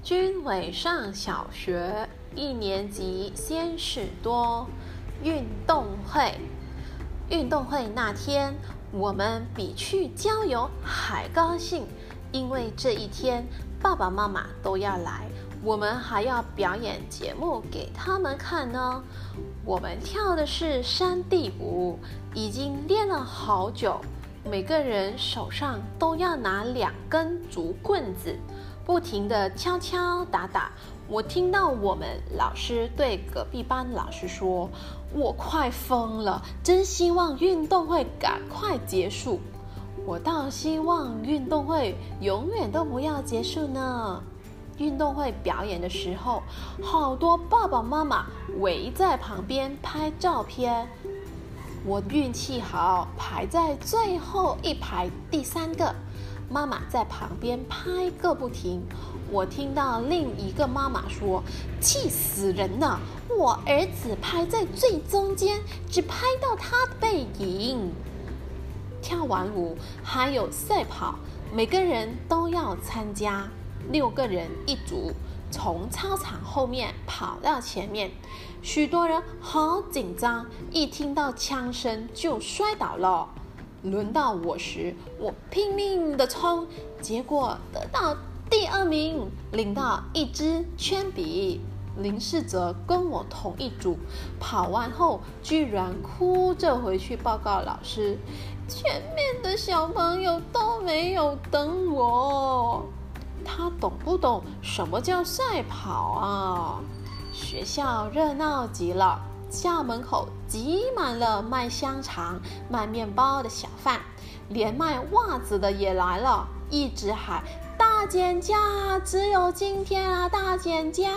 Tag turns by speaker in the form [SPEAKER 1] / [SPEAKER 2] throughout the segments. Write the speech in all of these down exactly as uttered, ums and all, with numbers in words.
[SPEAKER 1] 君伟上小学一年级先事多，运动会。运动会那天，我们比去郊游还高兴，因为这一天爸爸妈妈都要来，我们还要表演节目给他们看呢。我们跳的是山地舞，已经练了好久，每个人手上都要拿两根竹棍子，不停地敲敲打打。我听到我们老师对隔壁班老师说，我快疯了，真希望运动会赶快结束。我倒希望运动会永远都不要结束呢。运动会表演的时候，好多爸爸妈妈围在旁边拍照片。我运气好，排在最后一排第三个，妈妈在旁边拍个不停。我听到另一个妈妈说，气死人了，我儿子排在最中间，只拍到他的背影。跳完舞还有赛跑，每个人都要参加，六个人一组，从操场后面跑到前面。许多人好紧张，一听到枪声就摔倒了。轮到我时，我拼命地冲，结果得到第二名，领到一支铅笔。林世哲跟我同一组，跑完后居然哭着回去报告老师，前面的小朋友都没有等我。他懂不懂什么叫赛跑啊？学校热闹极了，校门口挤满了卖香肠、卖面包的小贩，连卖袜子的也来了，一直喊大减价，只有今天啊，大减价！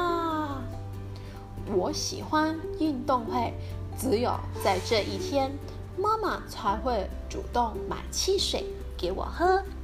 [SPEAKER 1] 我喜欢运动会，只有在这一天，妈妈才会主动买汽水给我喝。